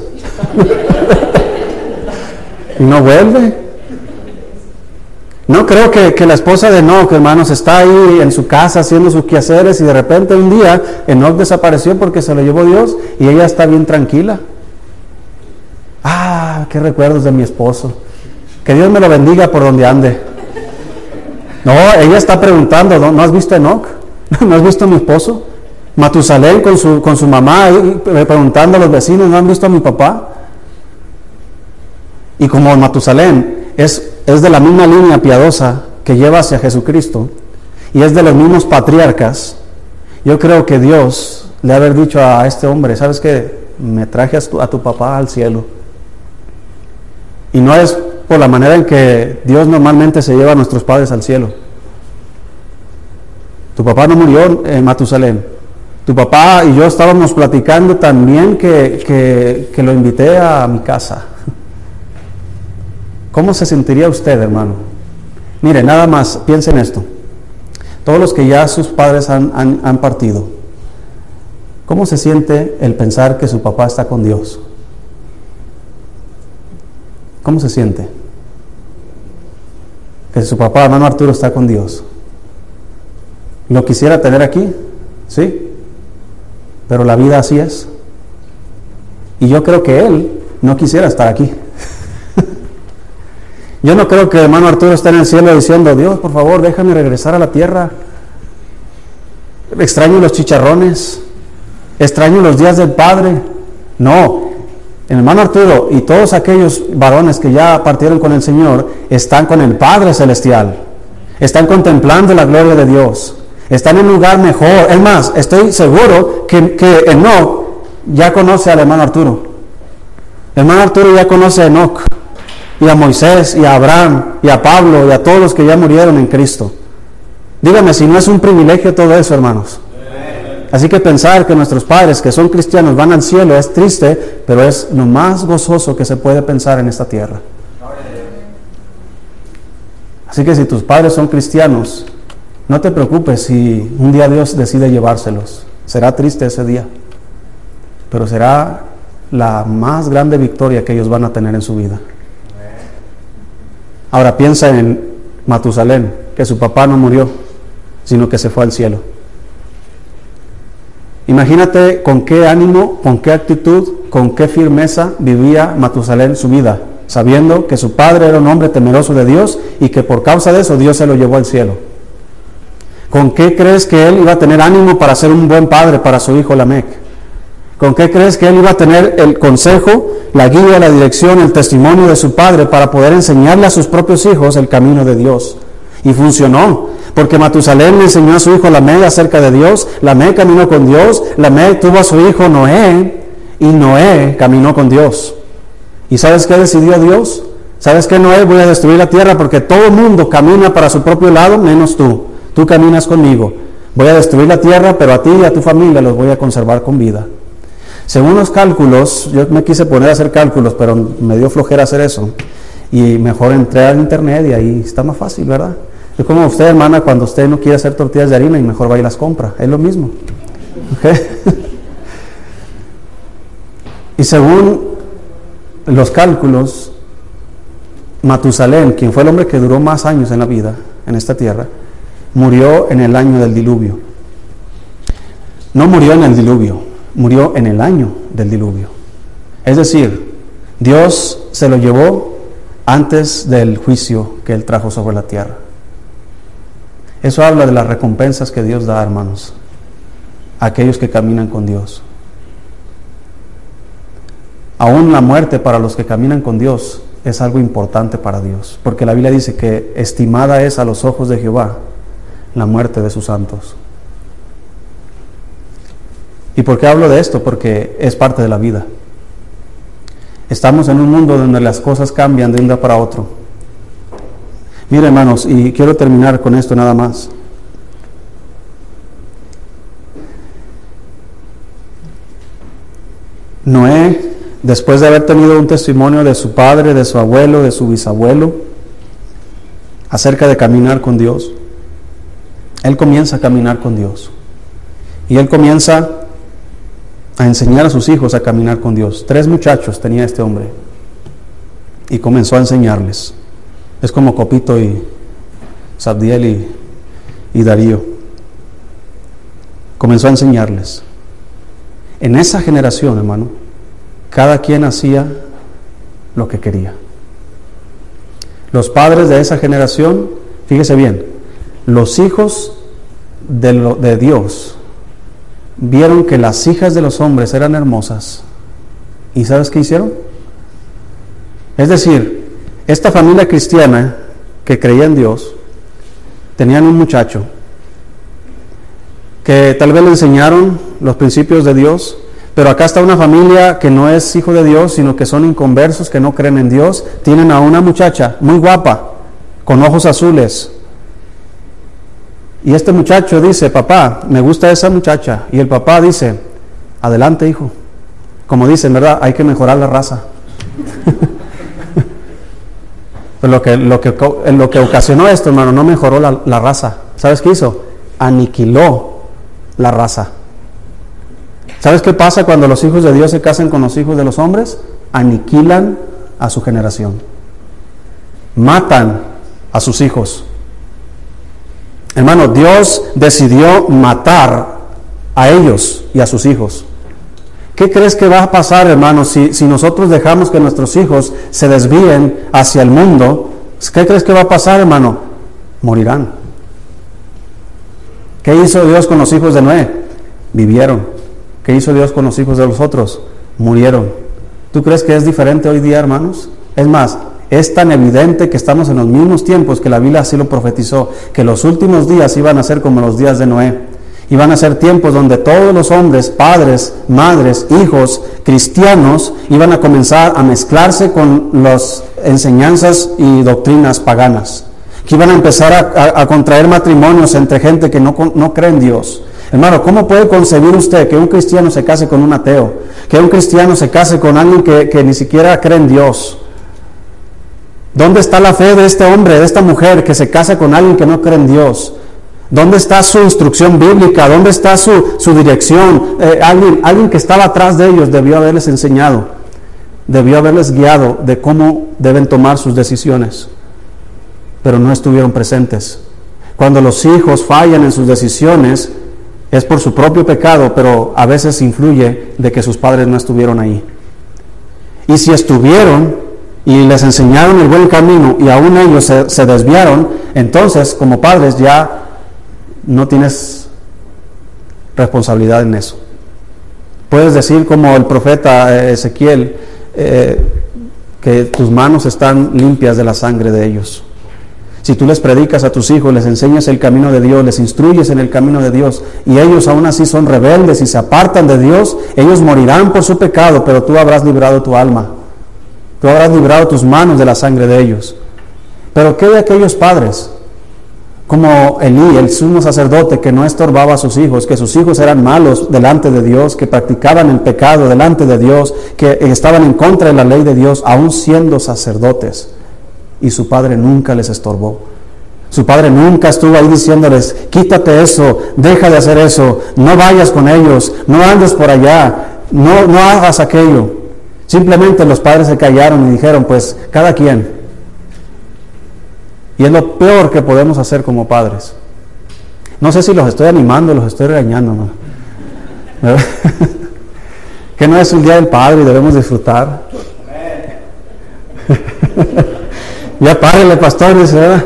Y no vuelve. No creo que la esposa de Enoc, hermanos, está ahí en su casa haciendo sus quehaceres y de repente un día Enoc desapareció porque se lo llevó Dios y ella está bien tranquila. Ah, qué recuerdos de mi esposo. Que Dios me lo bendiga por donde ande. No, ella está preguntando, ¿no has visto a Enoc? ¿No has visto a mi esposo? Matusalén con su mamá ahí, preguntando a los vecinos, ¿no han visto a mi papá? Y como Matusalén es de la misma línea piadosa que lleva hacia Jesucristo y es de los mismos patriarcas, yo creo que Dios le ha haber dicho a este hombre, ¿sabes qué? Me traje a tu papá al cielo. Y no es por la manera en que Dios normalmente se lleva a nuestros padres al cielo. Tu papá no murió en Matusalén. Tu papá y yo estábamos platicando también que lo invité a mi casa. ¿Cómo se sentiría usted, hermano? Mire, nada más, piensen en esto. Todos los que ya sus padres han partido, ¿cómo se siente el pensar que su papá está con Dios? ¿Cómo se siente? Que su papá, hermano Arturo, está con Dios. ¿Lo quisiera tener aquí? Sí. Pero la vida así es. Y yo creo que él no quisiera estar aquí. Yo no creo que el hermano Arturo esté en el cielo diciendo, Dios, por favor, déjame regresar a la tierra. Extraño los chicharrones. Extraño los días del Padre. No. El hermano Arturo y todos aquellos varones que ya partieron con el Señor están con el Padre Celestial. Están contemplando la gloria de Dios. Están en un lugar mejor. Es más, estoy seguro que Enoc ya conoce al hermano Arturo. El hermano Arturo ya conoce a Enoc, y a Moisés, y a Abraham, y a Pablo, y a todos los que ya murieron en Cristo. Dígame si no es un privilegio todo eso, hermanos. Así que pensar que nuestros padres, que son cristianos, van al cielo es triste, pero es lo más gozoso que se puede pensar en esta tierra. Así que si tus padres son cristianos, no te preocupes si un día Dios decide llevárselos. Será triste ese día, pero será la más grande victoria que ellos van a tener en su vida. Ahora piensa en Matusalén, que su papá no murió, sino que se fue al cielo. Imagínate con qué ánimo, con qué actitud, con qué firmeza vivía Matusalén su vida, sabiendo que su padre era un hombre temeroso de Dios y que por causa de eso Dios se lo llevó al cielo. ¿Con qué crees que él iba a tener ánimo para ser un buen padre para su hijo Lamec? ¿Con qué crees que él iba a tener el consejo, la guía, la dirección, el testimonio de su padre para poder enseñarle a sus propios hijos el camino de Dios? Y funcionó, porque Matusalén le enseñó a su hijo Lamec acerca de Dios, Lamec caminó con Dios, Lamec tuvo a su hijo Noé, y Noé caminó con Dios. ¿Y sabes qué decidió Dios? ¿Sabes qué, Noé? Voy a destruir la tierra porque todo el mundo camina para su propio lado, menos tú. Tú caminas conmigo. Voy a destruir la tierra, pero a ti y a tu familia los voy a conservar con vida. Según los cálculos, yo me quise poner a hacer cálculos, pero me dio flojera hacer eso. Y mejor entré al internet y ahí está más fácil, ¿verdad? Es como usted, hermana, cuando usted no quiere hacer tortillas de harina y mejor va y las compra. Es lo mismo. ¿Okay? Y según los cálculos, Matusalén, quien fue el hombre que duró más años en la vida, en esta tierra, murió en el año del diluvio. No murió en el diluvio, murió en el año del diluvio. Es decir, Dios se lo llevó antes del juicio que Él trajo sobre la tierra. Eso habla de las recompensas que Dios da, hermanos, a aquellos que caminan con Dios. Aún la muerte para los que caminan con Dios es algo importante para Dios, porque la Biblia dice que estimada es a los ojos de Jehová la muerte de sus santos. ¿Y por qué hablo de esto? Porque es parte de la vida. Estamos en un mundo donde las cosas cambian de un día para otro. Mira, hermanos, y quiero terminar con esto nada más. Noé, después de haber tenido un testimonio de su padre, de su abuelo, de su bisabuelo, acerca de caminar con Dios, él comienza a caminar con Dios. Y él comienza a enseñar a sus hijos a caminar con Dios. 3 muchachos tenía este hombre y comenzó a enseñarles. Es como Copito y Sabdiel y Darío. Comenzó a enseñarles. En esa generación, hermano, cada quien hacía lo que quería. Los padres de esa generación, fíjese bien, los hijos de Dios vieron que las hijas de los hombres eran hermosas. ¿Y sabes qué hicieron? Es decir, esta familia cristiana que creía en Dios, tenían un muchacho que tal vez le enseñaron los principios de Dios, pero acá está una familia que no es hijo de Dios, sino que son inconversos, que no creen en Dios. Tienen a una muchacha muy guapa, con ojos azules. Y este muchacho dice, papá, me gusta esa muchacha. Y el papá dice, adelante, hijo. Como dicen, ¿verdad? Hay que mejorar la raza. Pero lo que ocasionó esto, hermano, no mejoró la raza. ¿Sabes qué hizo? Aniquiló la raza. ¿Sabes qué pasa cuando los hijos de Dios se casan con los hijos de los hombres? Aniquilan a su generación. Matan a sus hijos. Hermano, Dios decidió matar a ellos y a sus hijos. ¿Qué crees que va a pasar, hermano, si nosotros dejamos que nuestros hijos se desvíen hacia el mundo? ¿Qué crees que va a pasar, hermano? Morirán. ¿Qué hizo Dios con los hijos de Noé? Vivieron. ¿Qué hizo Dios con los hijos de los otros? Murieron. ¿Tú crees que es diferente hoy día, hermanos? Es más, es tan evidente que estamos en los mismos tiempos que la Biblia así lo profetizó, que los últimos días iban a ser como los días de Noé. Iban a ser tiempos donde todos los hombres, padres, madres, hijos, cristianos, iban a comenzar a mezclarse con las enseñanzas y doctrinas paganas. Que iban a empezar a contraer matrimonios entre gente que no cree en Dios. Hermano, ¿cómo puede concebir usted que un cristiano se case con un ateo? Que un cristiano se case con alguien que ni siquiera cree en Dios. ¿Dónde está la fe de este hombre, de esta mujer que se casa con alguien que no cree en Dios? ¿Dónde está su instrucción bíblica? ¿Dónde está su dirección? Alguien que estaba atrás de ellos debió haberles enseñado, debió haberles guiado de cómo deben tomar sus decisiones, pero no estuvieron presentes. Cuando los hijos fallan en sus decisiones, es por su propio pecado, pero a veces influye de que sus padres no estuvieron ahí. Y si estuvieron y les enseñaron el buen camino y aún ellos se desviaron, entonces como padres ya no tienes responsabilidad en eso. Puedes decir como el profeta Ezequiel, que tus manos están limpias de la sangre de ellos. Si tú les predicas a tus hijos, les enseñas el camino de Dios, les instruyes en el camino de Dios, y ellos aún así son rebeldes y se apartan de Dios, ellos morirán por su pecado, pero tú habrás librado tu alma. Tú habrás librado tus manos de la sangre de ellos. Pero ¿qué de aquellos padres? Como Elí, el sumo sacerdote, que no estorbaba a sus hijos, que sus hijos eran malos delante de Dios, que practicaban el pecado delante de Dios, que estaban en contra de la ley de Dios, aún siendo sacerdotes. Y su padre nunca les estorbó. Su padre nunca estuvo ahí diciéndoles, quítate eso, deja de hacer eso, no vayas con ellos, no andes por allá, no hagas aquello. Simplemente los padres se callaron y dijeron, pues cada quien. Y es lo peor que podemos hacer como padres. No sé si los estoy animando o los estoy regañando, ¿no? Que no es el día del padre y debemos disfrutar. Ya párele, pastor, dice, ¿verdad?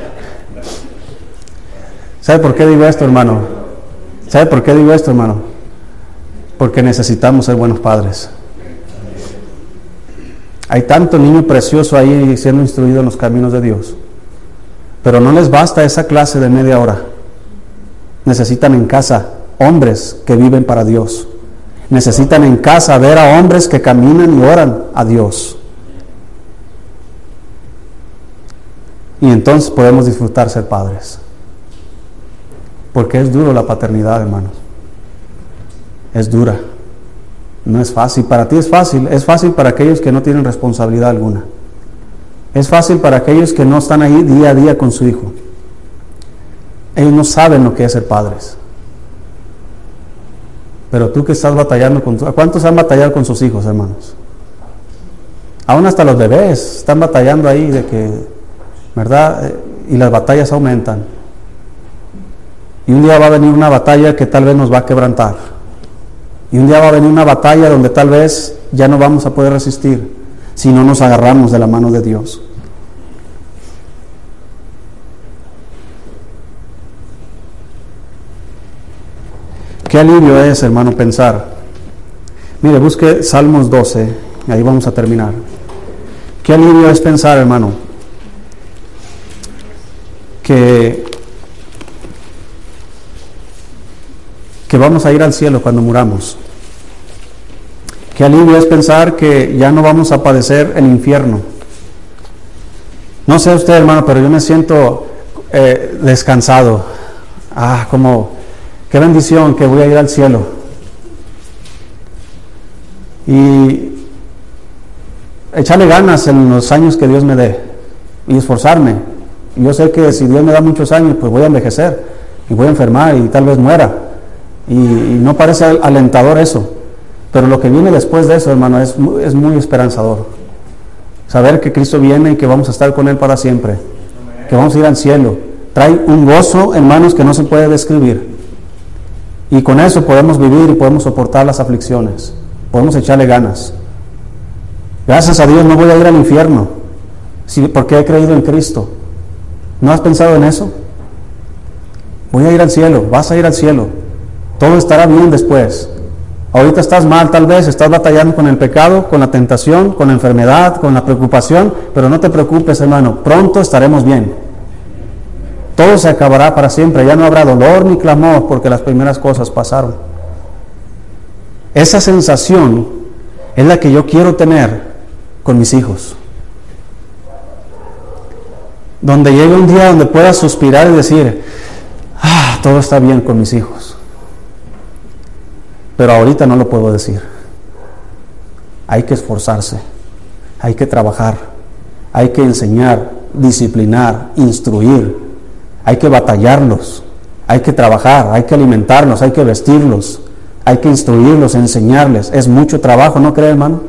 ¿Sabe por qué digo esto, hermano? ¿Sabe por qué digo esto, hermano? Porque necesitamos ser buenos padres. Hay tanto niño precioso ahí siendo instruido en los caminos de Dios. Pero no les basta esa clase de media hora. Necesitan en casa hombres que viven para Dios. Necesitan en casa ver a hombres que caminan y oran a Dios. Y entonces podemos disfrutar ser padres. Porque es duro la paternidad, hermanos. Es dura. No es fácil. Para ti es fácil. Es fácil para aquellos que no tienen responsabilidad alguna. Es fácil para aquellos que no están ahí día a día con su hijo. Ellos no saben lo que es ser padres. Pero tú que estás batallando ¿cuántos han batallado con sus hijos, hermanos? Aún hasta los bebés están batallando ahí de que, ¿verdad? Y las batallas aumentan. Y un día va a venir una batalla que tal vez nos va a quebrantar. Y un día va a venir una batalla donde tal vez ya no vamos a poder resistir si no nos agarramos de la mano de Dios. Qué alivio es, hermano, pensar. Mire, busque Salmos 12, y ahí vamos a terminar. Qué alivio es pensar, hermano, que vamos a ir al cielo cuando muramos. Qué alivio es pensar que ya no vamos a padecer el infierno. No sé usted, hermano, pero yo me siento descansado. Qué bendición que voy a ir al cielo. Y echarle ganas en los años que Dios me dé y esforzarme. Yo sé que si Dios me da muchos años, pues voy a envejecer y voy a enfermar y tal vez muera. Y no parece alentador eso, pero lo que viene después de eso, hermano, es muy esperanzador. Saber que Cristo viene y que vamos a estar con Él para siempre, que vamos a ir al cielo, trae un gozo, hermanos, que no se puede describir. Y con eso podemos vivir y podemos soportar las aflicciones, podemos echarle ganas. Gracias a Dios no voy a ir al infierno, porque he creído en Cristo. ¿No has pensado en eso? Voy a ir al cielo, vas a ir al cielo. Todo estará bien después. Ahorita estás mal, tal vez estás batallando con el pecado, con la tentación, con la enfermedad, con la preocupación, pero no te preocupes, hermano, pronto estaremos bien. Todo se acabará para siempre, ya no habrá dolor ni clamor porque las primeras cosas pasaron. Esa sensación es la que yo quiero tener con mis hijos. Donde llegue un día donde pueda suspirar y decir, todo está bien con mis hijos. Pero ahorita no lo puedo decir. Hay que esforzarse, hay que trabajar, hay que enseñar, disciplinar, instruir, hay que batallarlos, hay que trabajar, hay que alimentarlos, hay que vestirlos, hay que instruirlos, enseñarles. Es mucho trabajo, ¿no cree, hermano?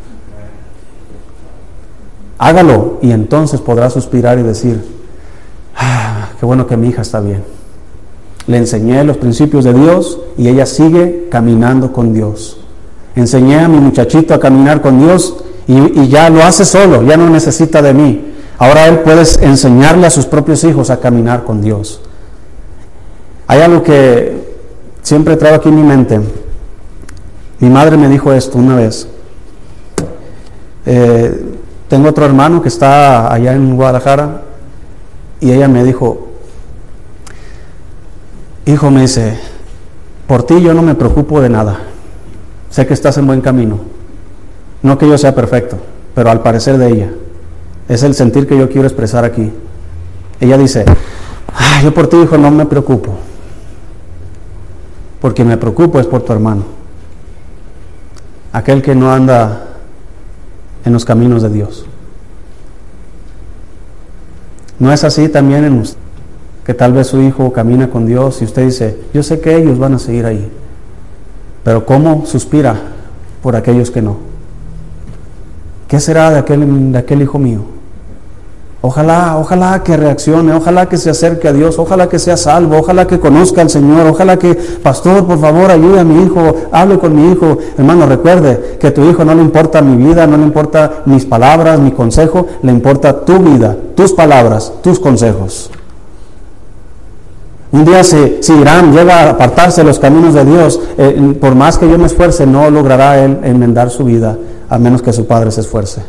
Hágalo y entonces podrá suspirar y decir, qué bueno que mi hija está bien. Le enseñé los principios de Dios y ella sigue caminando con Dios. Enseñé a mi muchachito a caminar con Dios y ya lo hace solo, ya no necesita de mí. Ahora él puede enseñarle a sus propios hijos a caminar con Dios. Hay algo que siempre traigo aquí en mi mente. Mi madre me dijo esto una vez. Tengo otro hermano que está allá en Guadalajara y ella me dijo, hijo, me dice, por ti yo no me preocupo de nada. Sé que estás en buen camino. No que yo sea perfecto, pero al parecer de ella. Es el sentir que yo quiero expresar aquí. Ella dice, yo por ti, hijo, no me preocupo. Porque me preocupo es por tu hermano. Aquel que no anda en los caminos de Dios. ¿No es así también en usted? Que tal vez su hijo camina con Dios y usted dice, yo sé que ellos van a seguir ahí, pero ¿cómo suspira por aquellos que no? ¿Qué será de aquel hijo mío? Ojalá que reaccione, ojalá que se acerque a Dios, ojalá que sea salvo, ojalá que conozca al Señor, ojalá que, pastor, por favor, ayude a mi hijo, hable con mi hijo. Hermano, recuerde que a tu hijo no le importa mi vida, no le importa mis palabras, mi consejo, le importa tu vida, tus palabras, tus consejos. Un día si Irán llega a apartarse de los caminos de Dios, por más que yo me esfuerce, no logrará él enmendar su vida, a menos que su padre se esfuerce.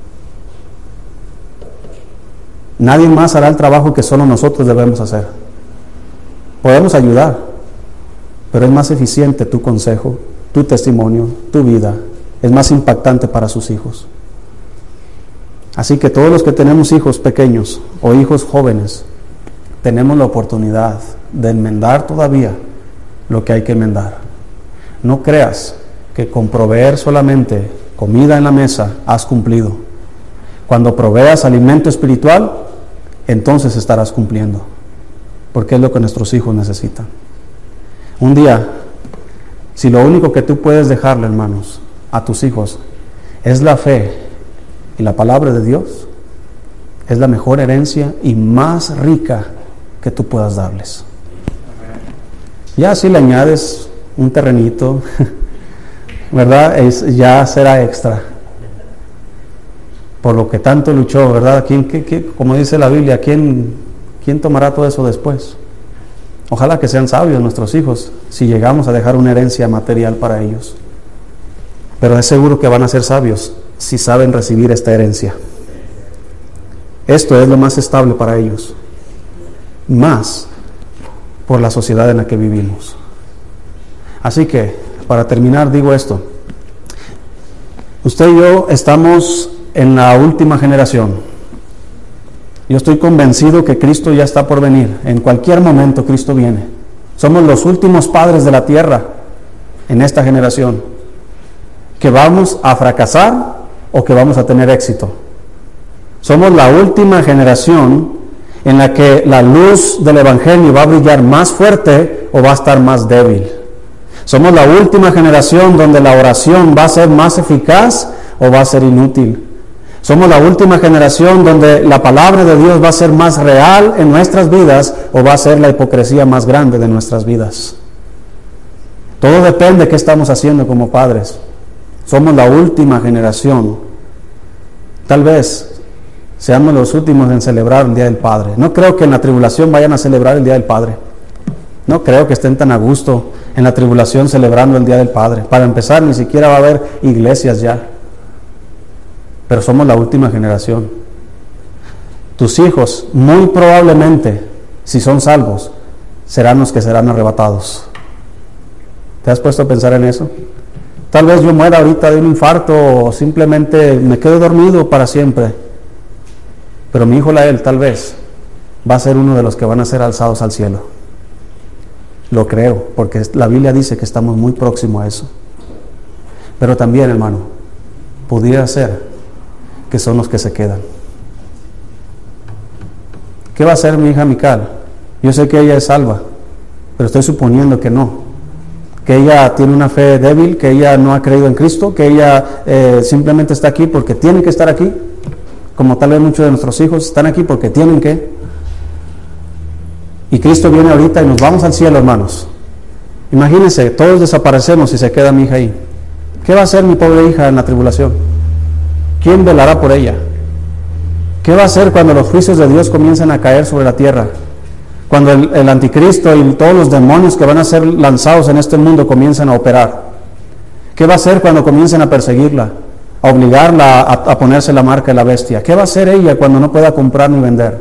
Nadie más hará el trabajo que solo nosotros debemos hacer. Podemos ayudar, pero es más eficiente tu consejo, tu testimonio, tu vida. Es más impactante para sus hijos. Así que todos los que tenemos hijos pequeños o hijos jóvenes, tenemos la oportunidad de enmendar todavía lo que hay que enmendar. No creas que con proveer solamente comida en la mesa has cumplido. Cuando proveas alimento espiritual, entonces estarás cumpliendo, porque es lo que nuestros hijos necesitan. Un día Si lo único que tú puedes dejarle, hermanos, a tus hijos es la fe y la palabra de Dios, es la mejor herencia y más rica que tú puedas darles. Ya si le añades un terrenito, ¿verdad? Ya será extra. Por lo que tanto luchó, ¿verdad? Como dice la Biblia, ¿quién tomará todo eso después? Ojalá que sean sabios nuestros hijos, si llegamos a dejar una herencia material para ellos. Pero es seguro que van a ser sabios si saben recibir esta herencia. Esto es lo más estable para ellos, más por la sociedad en la que vivimos. Así que, para terminar, digo esto. Usted y yo estamos en la última generación. Yo estoy convencido que Cristo ya está por venir. En cualquier momento Cristo viene. Somos los últimos padres de la tierra en esta generación. ¿Que vamos a fracasar o que vamos a tener éxito? Somos la última generación en la que la luz del Evangelio va a brillar más fuerte o va a estar más débil. Somos la última generación donde la oración va a ser más eficaz o va a ser inútil. Somos la última generación donde la palabra de Dios va a ser más real en nuestras vidas o va a ser la hipocresía más grande de nuestras vidas. Todo depende de qué estamos haciendo como padres. Somos la última generación. Tal vez seamos los últimos en celebrar el Día del Padre. No creo que en la tribulación vayan a celebrar el Día del Padre. No creo que estén tan a gusto en la tribulación celebrando el Día del Padre. Para empezar, ni siquiera va a haber iglesias ya. Pero somos la última generación. Tus hijos, muy probablemente, si son salvos, serán los que serán arrebatados. ¿Te has puesto a pensar en eso? Tal vez yo muera ahorita de un infarto o simplemente me quedo dormido para siempre. Pero mi hijo Lael tal vez va a ser uno de los que van a ser alzados al cielo. Lo creo, porque la Biblia dice que estamos muy próximos a eso. Pero también, hermano, pudiera ser que son los que se quedan. ¿Qué va a hacer mi hija Mical? Yo sé que ella es salva, pero estoy suponiendo que no. Que ella tiene una fe débil, que ella no ha creído en Cristo, que ella simplemente está aquí porque tiene que estar aquí, como tal vez muchos de nuestros hijos están aquí porque tienen que. Y Cristo viene ahorita y nos vamos al cielo, hermanos. Imagínense, todos desaparecemos y se queda mi hija ahí. ¿Qué va a hacer mi pobre hija en la tribulación? ¿Quién velará por ella? ¿Qué va a hacer cuando los juicios de Dios comiencen a caer sobre la tierra? Cuando el anticristo y todos los demonios que van a ser lanzados en este mundo comiencen a operar. ¿Qué va a hacer cuando comiencen a perseguirla? A obligarla a ponerse la marca de la bestia. ¿Qué va a hacer ella cuando no pueda comprar ni vender?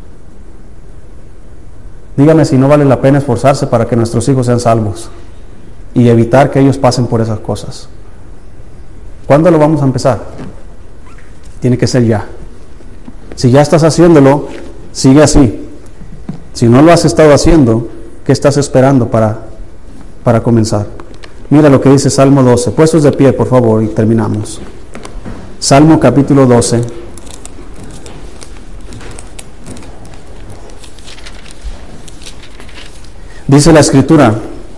Dígame si no vale la pena esforzarse para que nuestros hijos sean salvos y evitar que ellos pasen por esas cosas. ¿Cuándo lo vamos a empezar? Tiene que ser ya. Si ya estás haciéndolo, sigue así. Si no lo has estado haciendo, ¿qué estás esperando para comenzar? Mira lo que dice Salmo 12. Puestos de pie, por favor, y terminamos. Salmo capítulo 12. Dice la Escritura: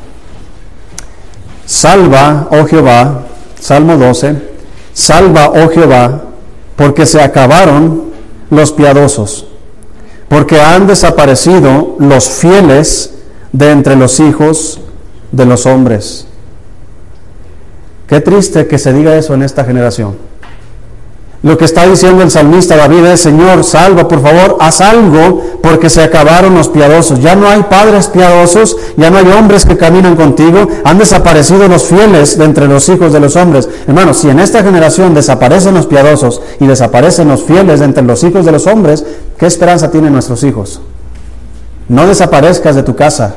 salva, oh Jehová, Salmo 12, salva, oh Jehová, porque se acabaron los piadosos, porque han desaparecido los fieles de entre los hijos de los hombres. Qué triste que se diga eso en esta generación. Lo que está diciendo el salmista David es: Señor, salva, por favor, haz algo, porque se acabaron los piadosos. Ya no hay padres piadosos, ya no hay hombres que caminan contigo, han desaparecido los fieles de entre los hijos de los hombres. Hermanos, si en esta generación desaparecen los piadosos y desaparecen los fieles de entre los hijos de los hombres, ¿qué esperanza tienen nuestros hijos? No desaparezcas de tu casa.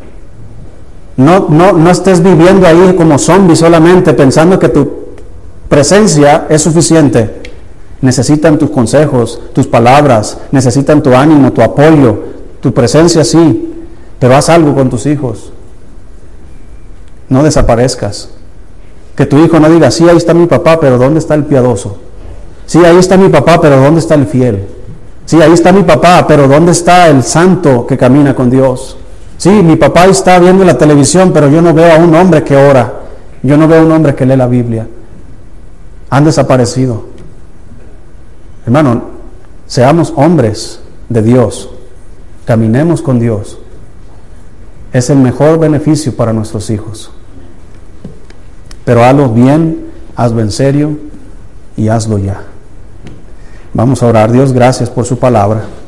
No estés viviendo ahí como zombie solamente, pensando que tu presencia es suficiente. Necesitan tus consejos, tus palabras, necesitan tu ánimo, tu apoyo, tu presencia sí, pero haz algo con tus hijos. No desaparezcas. Que tu hijo no diga: sí, ahí está mi papá, pero ¿dónde está el piadoso? Sí, ahí está mi papá, pero ¿dónde está el fiel? Sí, ahí está mi papá, pero ¿dónde está el santo que camina con Dios? Sí, mi papá está viendo la televisión, pero yo no veo a un hombre que ora. Yo no veo a un hombre que lee la Biblia. Han desaparecido. Hermano, seamos hombres de Dios. Caminemos con Dios. Es el mejor beneficio para nuestros hijos. Pero hazlo bien, hazlo en serio y hazlo ya. Vamos a orar. Dios, gracias por su palabra.